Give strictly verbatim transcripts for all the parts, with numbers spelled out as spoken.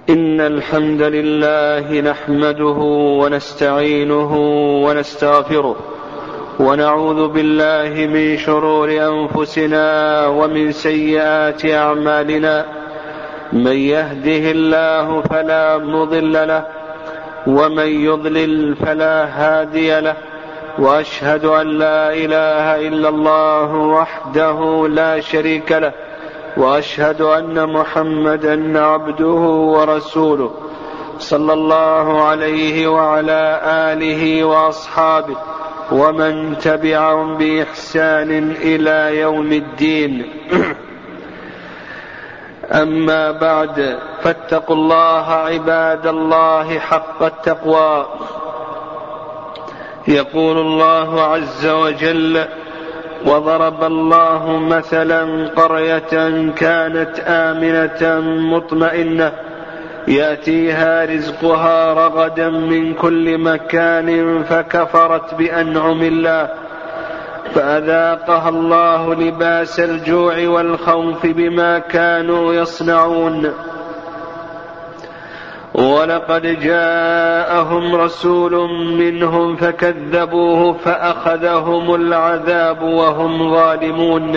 إن الحمد لله نحمده ونستعينه ونستغفره ونعوذ بالله من شرور أنفسنا ومن سيئات أعمالنا. من يهده الله فلا مضل له ومن يضلل فلا هادي له، وأشهد أن لا إله إلا الله وحده لا شريك له، وأشهد أن محمدا عبده ورسوله صلى الله عليه وعلى آله وأصحابه ومن تبعهم بإحسان إلى يوم الدين. أما بعد، فاتقوا الله عباد الله حق التقوى. يقول الله عز وجل: وضرب الله مثلا قرية كانت آمنة مطمئنة يأتيها رزقها رغدا من كل مكان فكفرت بأنعم الله فأذاقها الله لباس الجوع والخوف بما كانوا يصنعون. ولقد جاءهم رسول منهم فكذبوه فأخذهم العذاب وهم ظالمون.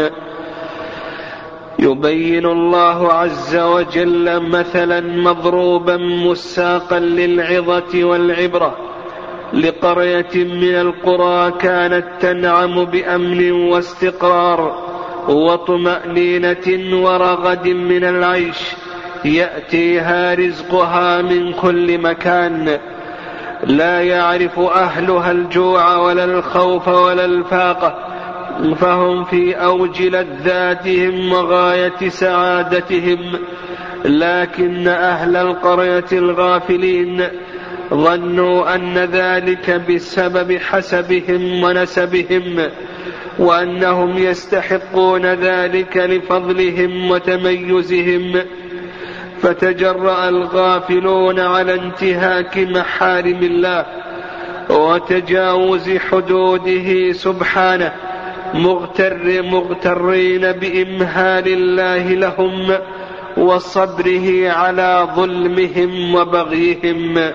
يبين الله عز وجل مثلا مضروبا مساقا للعظة والعبرة لقرية من القرى كانت تنعم بأمن واستقرار وطمأنينة ورغد من العيش يأتيها رزقها من كل مكان، لا يعرف أهلها الجوع ولا الخوف ولا الفاقة، فهم في أوج لذاتهم وغاية سعادتهم. لكن أهل القرية الغافلين ظنوا أن ذلك بسبب حسبهم ونسبهم، وأنهم يستحقون ذلك لفضلهم وتميزهم، فتجرأ الغافلون على انتهاك محارم الله وتجاوز حدوده سبحانه، مغتر مغترين بإمهال الله لهم وصبره على ظلمهم وبغيهم.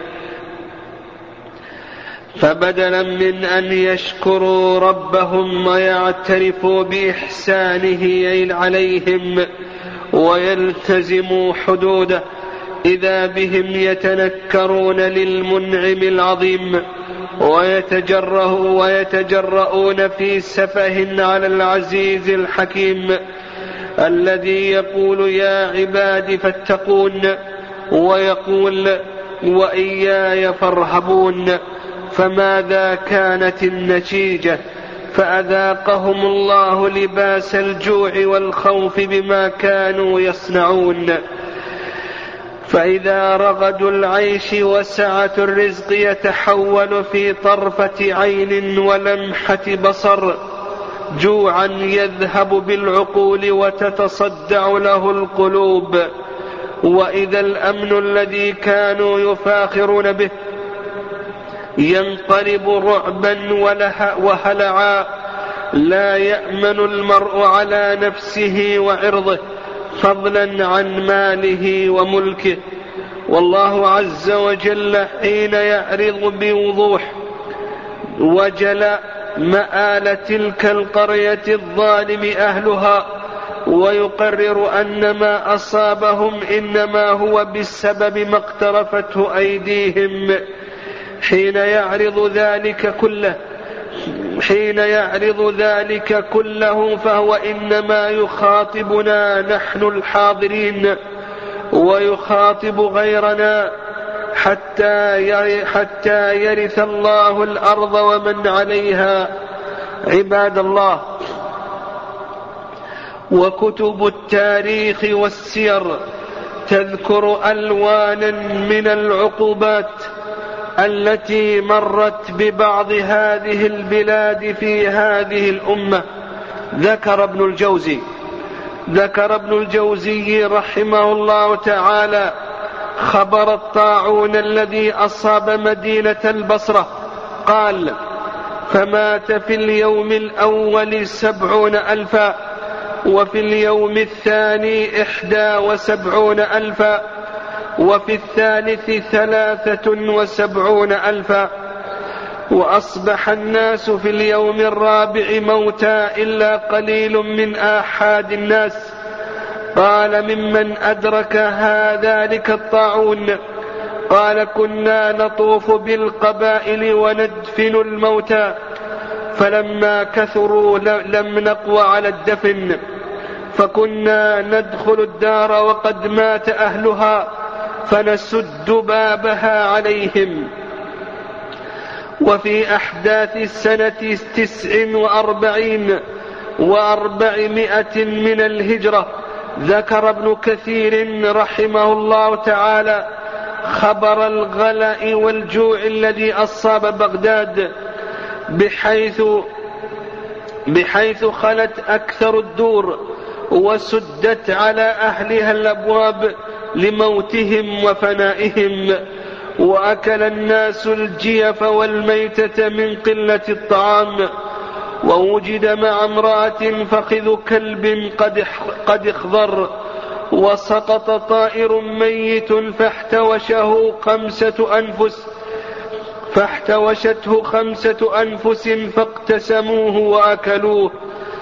فبدلا من أن يشكروا ربهم ويعترفوا بإحسانه عليهم ويلتزموا حدوده، إذا بهم يتنكرون للمنعم العظيم ويتجرؤون ويتجرؤون في سفه على العزيز الحكيم الذي يقول: يا عبادي فاتقون، ويقول: وإياي فارهبون. فماذا كانت النتيجة؟ فأذاقهم الله لباس الجوع والخوف بما كانوا يصنعون. فإذا رغد العيش وسعة الرزق يتحول في طرفة عين ولمحة بصر جوعا يذهب بالعقول وتتصدع له القلوب. وإذا الأمن الذي كانوا يفاخرون به ينقلب رعبا وهلعا، لا يأمن المرء على نفسه وعرضه فضلا عن ماله وملكه. والله عز وجل حين يعرض بوضوح وجلاء مآل تلك القرية الظالم أهلها ويقرر أن ما أصابهم إنما هو بسبب ما اقترفته أيديهم، حين يعرض ذلك كله حين يعرض ذلك كله فهو إنما يخاطبنا نحن الحاضرين ويخاطب غيرنا، حتى حتى يرث الله الأرض ومن عليها. عباد الله، وكتب التاريخ والسير تذكر ألوانا من العقوبات التي مرت ببعض هذه البلاد في هذه الأمة. ذكر ابن الجوزي ذكر ابن الجوزي رحمه الله تعالى خبر الطاعون الذي أصاب مدينة البصرة. قال: فمات في اليوم الأول سبعون ألفا، وفي اليوم الثاني إحدى وسبعون ألفا، وفي الثالث ثلاثة وسبعون ألفا. وأصبح الناس في اليوم الرابع موتى إلا قليل من آحاد الناس. قال: ممن أدرك ذلك الطاعون؟ قال: كنا نطوف بالقبائل وندفن الموتى، فلما كثروا لم نقوى على الدفن، فكنا ندخل الدار وقد مات أهلها فنسد بابها عليهم. وفي أحداث السنة تسع وأربعين وأربعمائة من الهجرة ذكر ابن كثير رحمه الله تعالى خبر الغلاء والجوع الذي أصاب بغداد، بحيث بحيث خلت أكثر الدور وسدت على أهلها الأبواب لموتهم وفنائهم، وأكل الناس الجيف والميتة من قلة الطعام. ووجد مع امرأة فخذ كلب قد اخضر، وسقط طائر ميت فاحتوشه خمسة أنفس فاحتوشته خمسة أنفس فاقتسموه وأكلوه.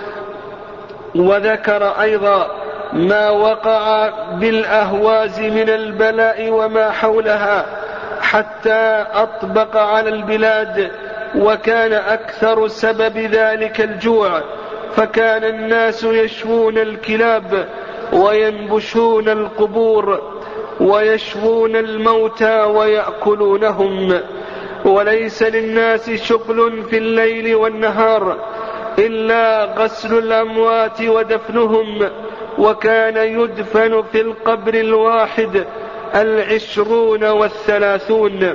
وذكر أيضا ما وقع بالأهواز من البلاء وما حولها حتى أطبق على البلاد، وكان أكثر سبب ذلك الجوع، فكان الناس يشوون الكلاب وينبشون القبور ويشوون الموتى ويأكلونهم، وليس للناس شغل في الليل والنهار إلا غسل الأموات ودفنهم، وكان يدفن في القبر الواحد العشرون والثلاثون.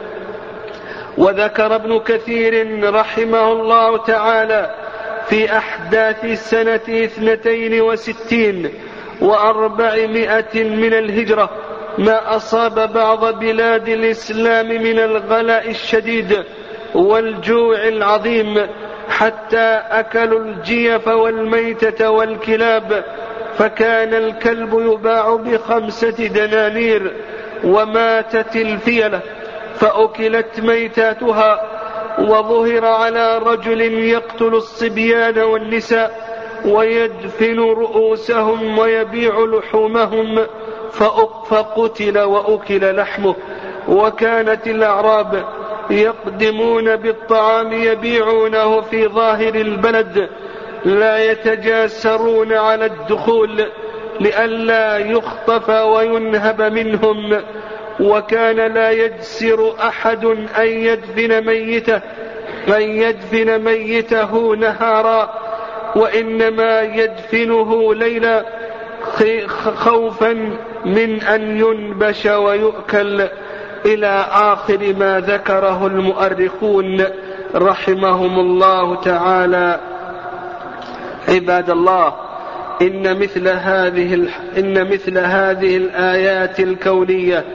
وذكر ابن كثير رحمه الله تعالى في أحداث السنة اثنتين وستين وأربعمائة من الهجرة ما أصاب بعض بلاد الإسلام من الغلاء الشديد والجوع العظيم، حتى أكلوا الجيف والميتة والكلاب، فكان الكلب يباع بخمسة دنانير، وماتت الفيلة فأكلت ميتاتها. وظهر على رجل يقتل الصبيان والنساء ويدفن رؤوسهم ويبيع لحومهم فقتل وأكل لحمه. وكانت الأعراب يقدمون بالطعام يبيعونه في ظاهر البلد، لا يتجاسرون على الدخول لئلا يخطف وينهب منهم. وكان لا يجسر أحد أن يدفن ميته أن يدفن ميته نهارا، وإنما يدفنه ليلا خوفا من أن ينبش ويؤكل، إلى آخر ما ذكره المؤرخون رحمهم الله تعالى. عباد الله، إن مثل هذه إن مثل هذه الآيات الكونية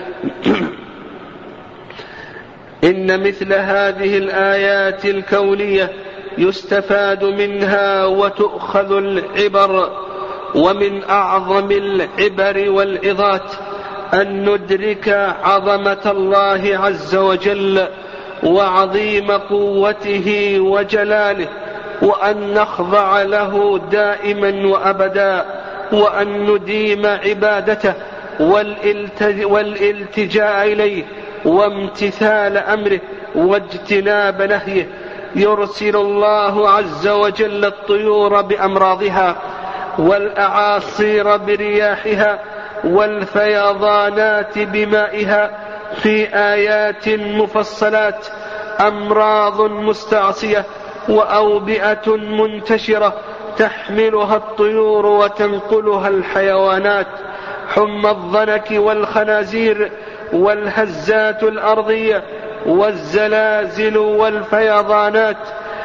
إن مثل هذه الآيات الكونية يستفاد منها وتؤخذ العبر. ومن أعظم العبر والعظات أن ندرك عظمة الله عز وجل وعظيم قوته وجلاله، وأن نخضع له دائما وأبدا، وأن نديم عبادته والالتجاء إليه وامتثال أمره واجتناب نهيه. يرسل الله عز وجل الطيور بأمراضها، والأعاصير برياحها، والفيضانات بمائها في آيات مفصلات، أمراض مستعصية وأوبئة منتشرة تحملها الطيور وتنقلها الحيوانات، حمى الضنك والخنازير والهزات الأرضية والزلازل والفيضانات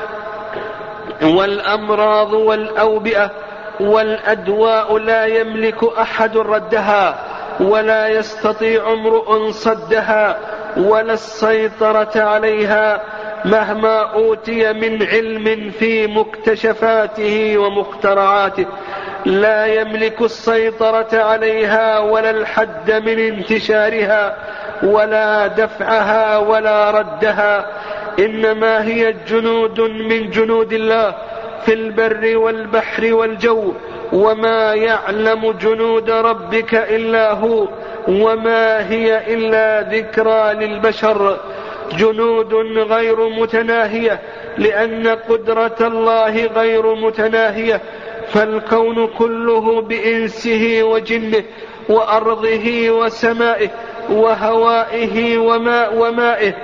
والأمراض والأوبئة والأدواء لا يملك أحد ردها، ولا يستطيع امرؤ صدها ولا السيطرة عليها مهما أوتي من علم في مكتشفاته ومخترعاته. لا يملك السيطرة عليها ولا الحد من انتشارها ولا دفعها ولا ردها، إنما هي جنود من جنود الله في البر والبحر والجو، وما يعلم جنود ربك إلا هو، وما هي إلا ذكرى للبشر. جنود غير متناهية، لأن قدرة الله غير متناهية، فالكون كله بإنسه وجنه وأرضه وسمائه وهوائه وماء ومائه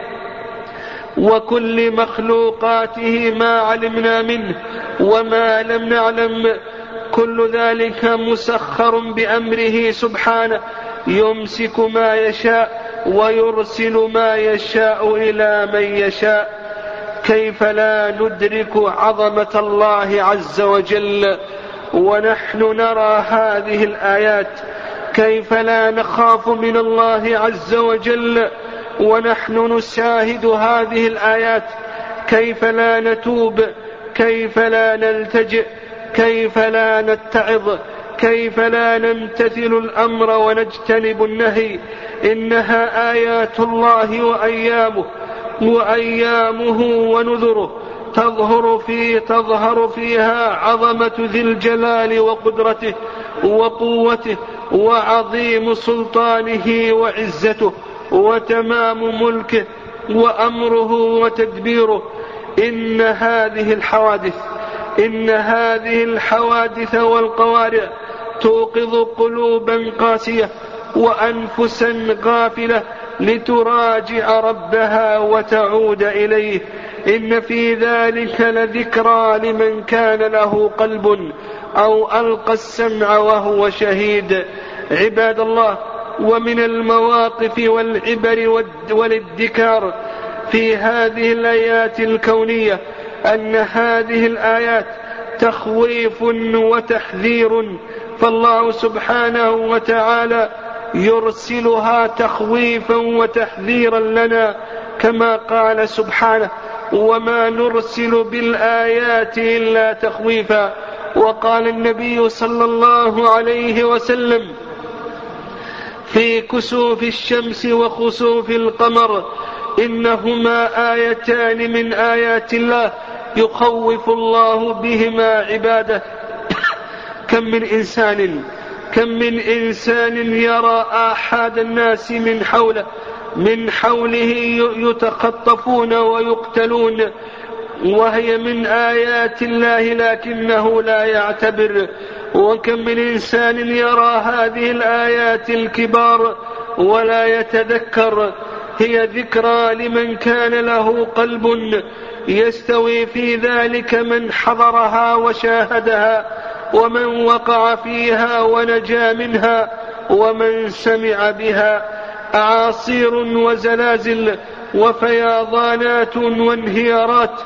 وكل مخلوقاته ما علمنا منه وما لم نعلم، كل ذلك مسخر بأمره سبحانه، يمسك ما يشاء ويرسل ما يشاء إلى من يشاء. كيف لا ندرك عظمة الله عز وجل ونحن نرى هذه الآيات؟ كيف لا نخاف من الله عز وجل ونحن نشاهد هذه الآيات؟ كيف لا نتوب؟ كيف لا نلتجئ؟ كيف لا نتعظ؟ كيف لا نمتثل الأمر ونجتنب النهي؟ إنها آيات الله وأيامه وأيامه ونذره، تظهر, في تظهر فيها عظمة ذي الجلال وقدرته وقوته وعظيم سلطانه وعزته وتمام ملكه وأمره وتدبيره. إن هذه الحوادث إن هذه الحوادث والقوارع توقظ قلوبا قاسية وأنفسا غافلة لتراجع ربها وتعود إليه. إن في ذلك لذكرى لمن كان له قلب أو ألقى السمع وهو شهيد. عباد الله، ومن المواقف والعبر والادكار في هذه الآيات الكونية أن هذه الآيات تخويف وتحذير، فالله سبحانه وتعالى يرسلها تخويفا وتحذيرا لنا، كما قال سبحانه: وما نرسل بالآيات إلا تخويفا. وقال النبي صلى الله عليه وسلم في كسوف الشمس وخسوف القمر: إنهما آيتان من آيات الله يخوف الله بهما عباده. كم من إنسان كم من إنسان يرى آحاد الناس من حوله من حوله يتخطفون ويقتلون، وهي من آيات الله لكنه لا يعتبر. وكم من إنسان يرى هذه الآيات الكبار ولا يتذكر. هي ذكرى لمن كان له قلب، يستوي في ذلك من حضرها وشاهدها، ومن وقع فيها ونجا منها، ومن سمع بها. أعاصير وزلازل وفيضانات وانهيارات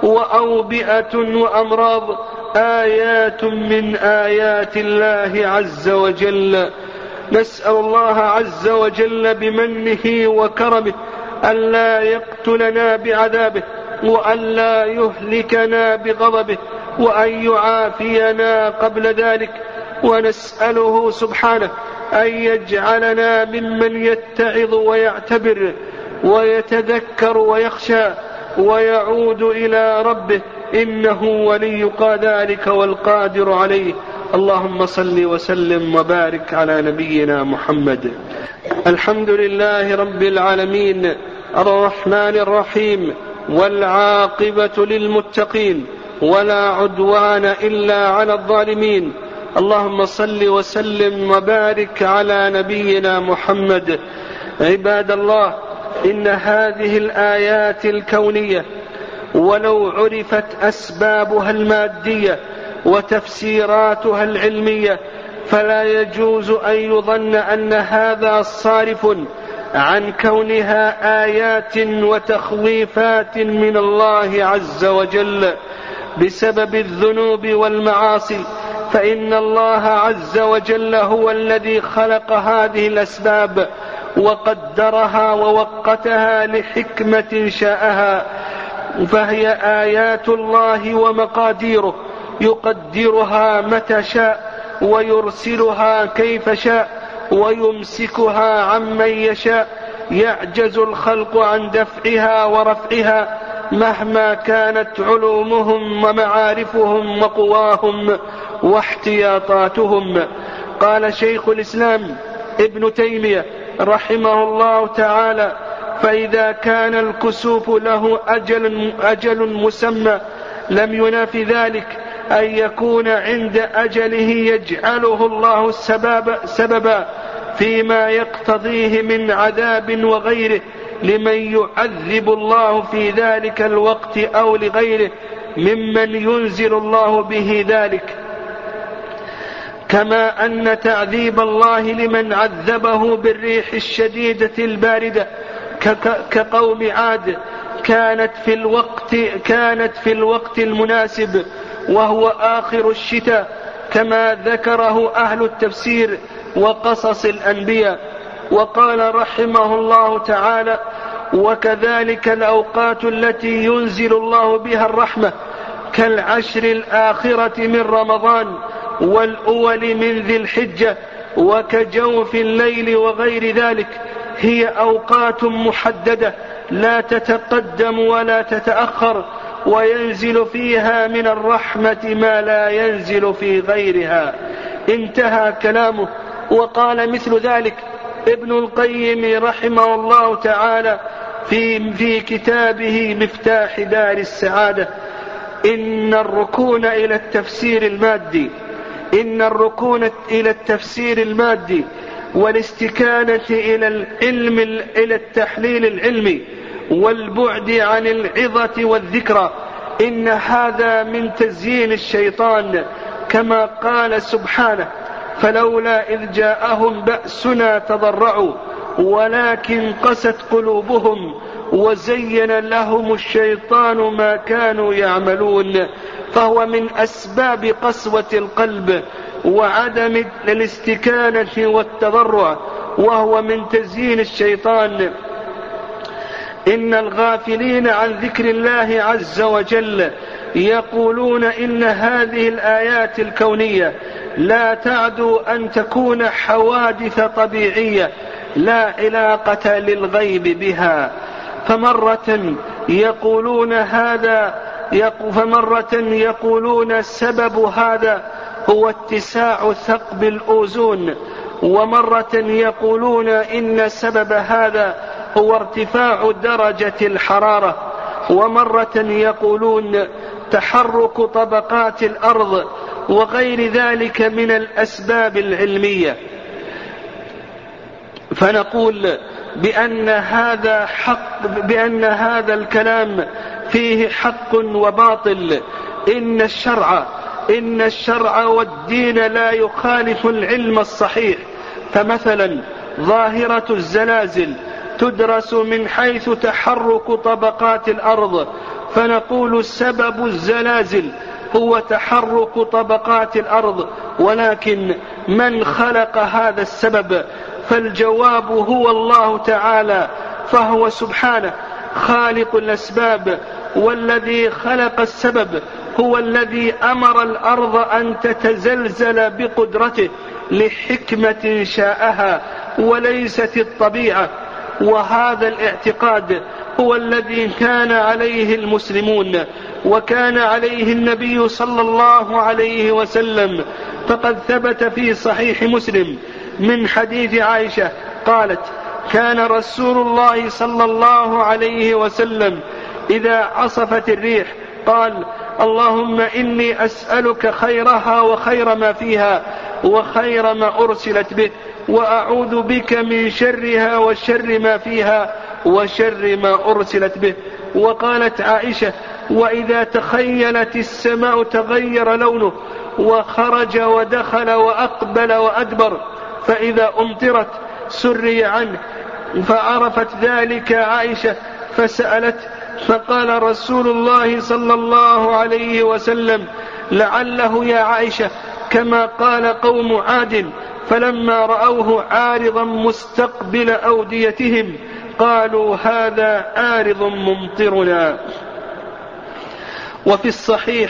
وأوبئة وأمراض، آيات من آيات الله عز وجل. نسأل الله عز وجل بمنه وكرمه ألا يقتلنا بعذابه، وألا يهلكنا بغضبه، وأن يعافينا قبل ذلك. ونسأله سبحانه أن يجعلنا ممن يتعظ ويعتبر ويتذكر ويخشى ويعود إلى ربه، إنه ولي ذلك والقادر عليه. اللهم صل وسلم وبارك على نبينا محمد. الحمد لله رب العالمين، الرحمن الرحيم، والعاقبة للمتقين، ولا عدوان إلا على الظالمين. اللهم صل وسلم وبارك على نبينا محمد. عباد الله، إن هذه الآيات الكونية ولو عرفت أسبابها المادية وتفسيراتها العلمية فلا يجوز أن يظن أن هذا صارف عن كونها آيات وتخويفات من الله عز وجل بسبب الذنوب والمعاصي، فإن الله عز وجل هو الذي خلق هذه الأسباب وقدرها ووقتها لحكمة شاءها، فهي آيات الله ومقاديره يقدرها متى شاء ويرسلها كيف شاء ويمسكها عمن يشاء، يعجز الخلق عن دفعها ورفعها مهما كانت علومهم ومعارفهم وقواهم واحتياطاتهم. قال شيخ الإسلام ابن تيمية رحمه الله تعالى: فإذا كان الكسوف له أجل, أجل مسمى لم يناف ذلك أن يكون عند أجله يجعله الله السبب سببا فيما يقتضيه من عذاب وغيره لمن يعذب الله في ذلك الوقت أو لغيره ممن ينزل الله به ذلك، كما أن تعذيب الله لمن عذبه بالريح الشديدة الباردة كقوم عاد كانت في الوقت كانت في الوقت المناسب وهو آخر الشتاء، كما ذكره أهل التفسير وقصص الأنبياء. وقال رحمه الله تعالى: وكذلك الأوقات التي ينزل الله بها الرحمة كالعشر الآخرة من رمضان والأول من ذي الحجة وكجوف الليل وغير ذلك، هي أوقات محددة لا تتقدم ولا تتأخر، وينزل فيها من الرحمة ما لا ينزل في غيرها. انتهى كلامه. وقال مثل ذلك ابن القيم رحمه الله تعالى في, في كتابه مفتاح دار السعادة: إن الركون إلى التفسير المادي إن الركون إلى التفسير المادي والاستكانة إلى العلم إلى التحليل العلمي والبعد عن العظة والذكرى، إن هذا من تزيين الشيطان، كما قال سبحانه: فلولا إذ جاءهم بأسنا تضرعوا ولكن قست قلوبهم وزين لهم الشيطان ما كانوا يعملون. فهو من أسباب قسوة القلب وعدم الاستكانة والتضرع، وهو من تزيين الشيطان. إن الغافلين عن ذكر الله عز وجل يقولون إن هذه الآيات الكونية لا تعدو أن تكون حوادث طبيعية لا علاقة للغيب بها، فمرة يقولون هذا فمرة يقولون سبب هذا هو اتساع ثقب الأوزون، ومرة يقولون إن سبب هذا هو ارتفاع درجة الحرارة، ومرة يقولون تحرك طبقات الأرض وغير ذلك من الأسباب العلمية. فنقول بأن هذا حق بأن هذا الكلام فيه حق وباطل. إن الشرع إن الشرع والدين لا يخالف العلم الصحيح. فمثلا ظاهرة الزلازل تدرس من حيث تحرك طبقات الأرض، فنقول سبب الزلازل هو تحرك طبقات الأرض، ولكن من خلق هذا السبب؟ فالجواب هو الله تعالى، فهو سبحانه خالق الأسباب، والذي خلق السبب هو الذي أمر الأرض أن تتزلزل بقدرته لحكمة شاءها وليست الطبيعة. وهذا الاعتقاد هو الذي كان عليه المسلمون وكان عليه النبي صلى الله عليه وسلم، فقد ثبت في صحيح مسلم من حديث عائشة قالت: كان رسول الله صلى الله عليه وسلم إذا عصفت الريح قال: اللهم إني أسألك خيرها وخير ما فيها وخير ما أرسلت به، وأعوذ بك من شرها وشر ما فيها وشر ما أرسلت به. وقالت عائشة: وإذا تخيلت السماء تغير لونه وخرج ودخل وأقبل وأدبر، فإذا أمطرت سري عنه. فعرفت ذلك عائشة فسألت، فقال رسول الله صلى الله عليه وسلم: لعله يا عائشة كما قال قوم عاد فلما رأوه عارضا مستقبل أوديتهم قالوا هذا عارض ممطرنا. وفي الصحيح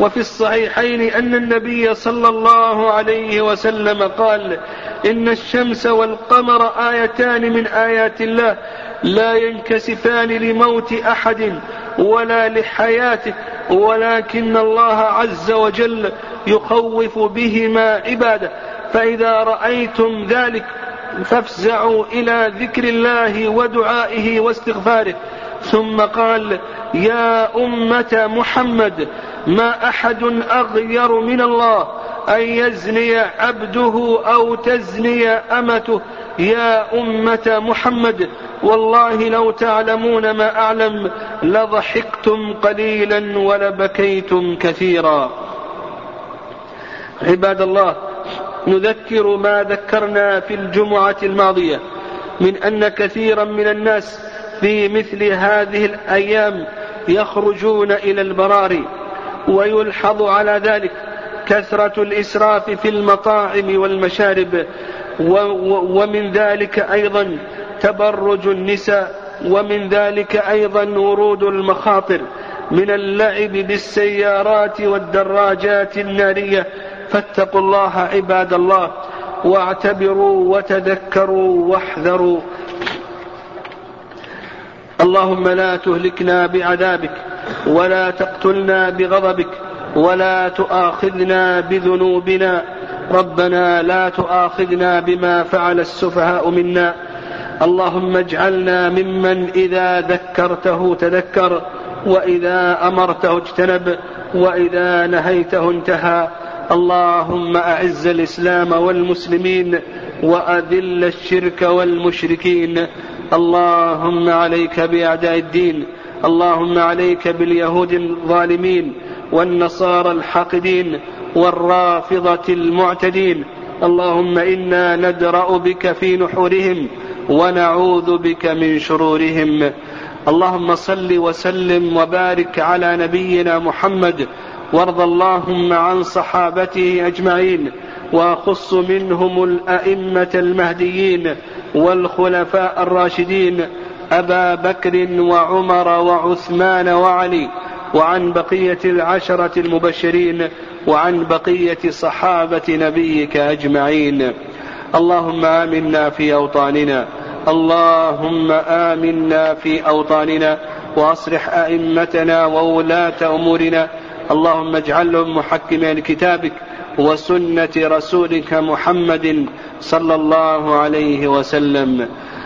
وفي الصحيحين أن النبي صلى الله عليه وسلم قال: إن الشمس والقمر آيتان من آيات الله لا ينكسفان لموت أحد ولا لحياته، ولكن الله عز وجل يخوف بهما عباده، فإذا رأيتم ذلك فافزعوا إلى ذكر الله ودعائه واستغفاره. ثم قال: يا أمة محمد، ما أحد أغير من الله أن يزني عبده أو تزني أمته. يا أمة محمد، والله لو تعلمون ما أعلم لضحكتم قليلا ولبكيتم كثيرا. عباد الله، نذكر ما ذكرنا في الجمعة الماضية من أن كثيرا من الناس في مثل هذه الأيام يخرجون إلى البراري، ويلحظ على ذلك كثرة الإسراف في المطاعم والمشارب، ومن ذلك أيضا تبرج النساء، ومن ذلك أيضا ورود المخاطر من اللعب بالسيارات والدراجات النارية. فاتقوا الله عباد الله، واعتبروا وتذكروا واحذروا. اللهم لا تهلكنا بعذابك، ولا تقتلنا بغضبك، ولا تؤاخذنا بذنوبنا. ربنا لا تؤاخذنا بما فعل السفهاء منا. اللهم اجعلنا ممن إذا ذكرته تذكر، وإذا أمرته اجتنب، وإذا نهيته انتهى. اللهم أعز الإسلام والمسلمين، وأذل الشرك والمشركين. اللهم عليك بأعداء الدين، اللهم عليك باليهود الظالمين والنصارى الحاقدين والرافضة المعتدين. اللهم إنا ندرأ بك في نحورهم ونعوذ بك من شرورهم. اللهم صل وسلم وبارك على نبينا محمد، وارض اللهم عن صحابته أجمعين، وخص منهم الأئمة المهديين والخلفاء الراشدين أبا بكر وعمر وعثمان وعلي، وعن بقية العشرة المبشرين، وعن بقية صحابة نبيك أجمعين. اللهم آمنا في أوطاننا، اللهم آمنا في أوطاننا، وأصلح أئمتنا وولاة أمورنا. اللهم اجعلهم محكمين لكتابك وسنة رسولك محمد صلى الله عليه وسلم.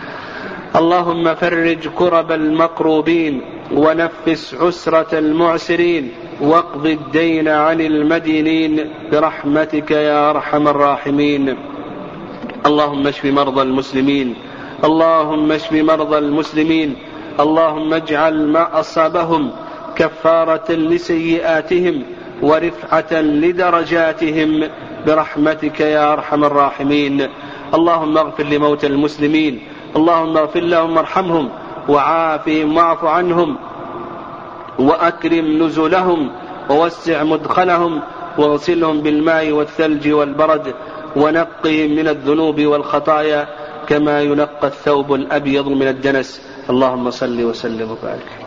اللهم فرج كرب المكروبين، ونفس عسرة المعسرين، واقض الدين عن المدينين برحمتك يا أرحم الراحمين. اللهم اشف مرضى المسلمين، اللهم اشف مرضى المسلمين. اللهم اجعل ما أصابهم كفارة لسيئاتهم ورفعة لدرجاتهم برحمتك يا أرحم الراحمين. اللهم اغفر لموتى المسلمين، اللهم اغفر لهم وارحمهم وعافهم واعف عنهم، وأكرم نزلهم ووسع مدخلهم، واغسلهم بالماء والثلج والبرد، ونقهم من الذنوب والخطايا كما ينقى الثوب الأبيض من الدنس. اللهم صل وسلم وبارك.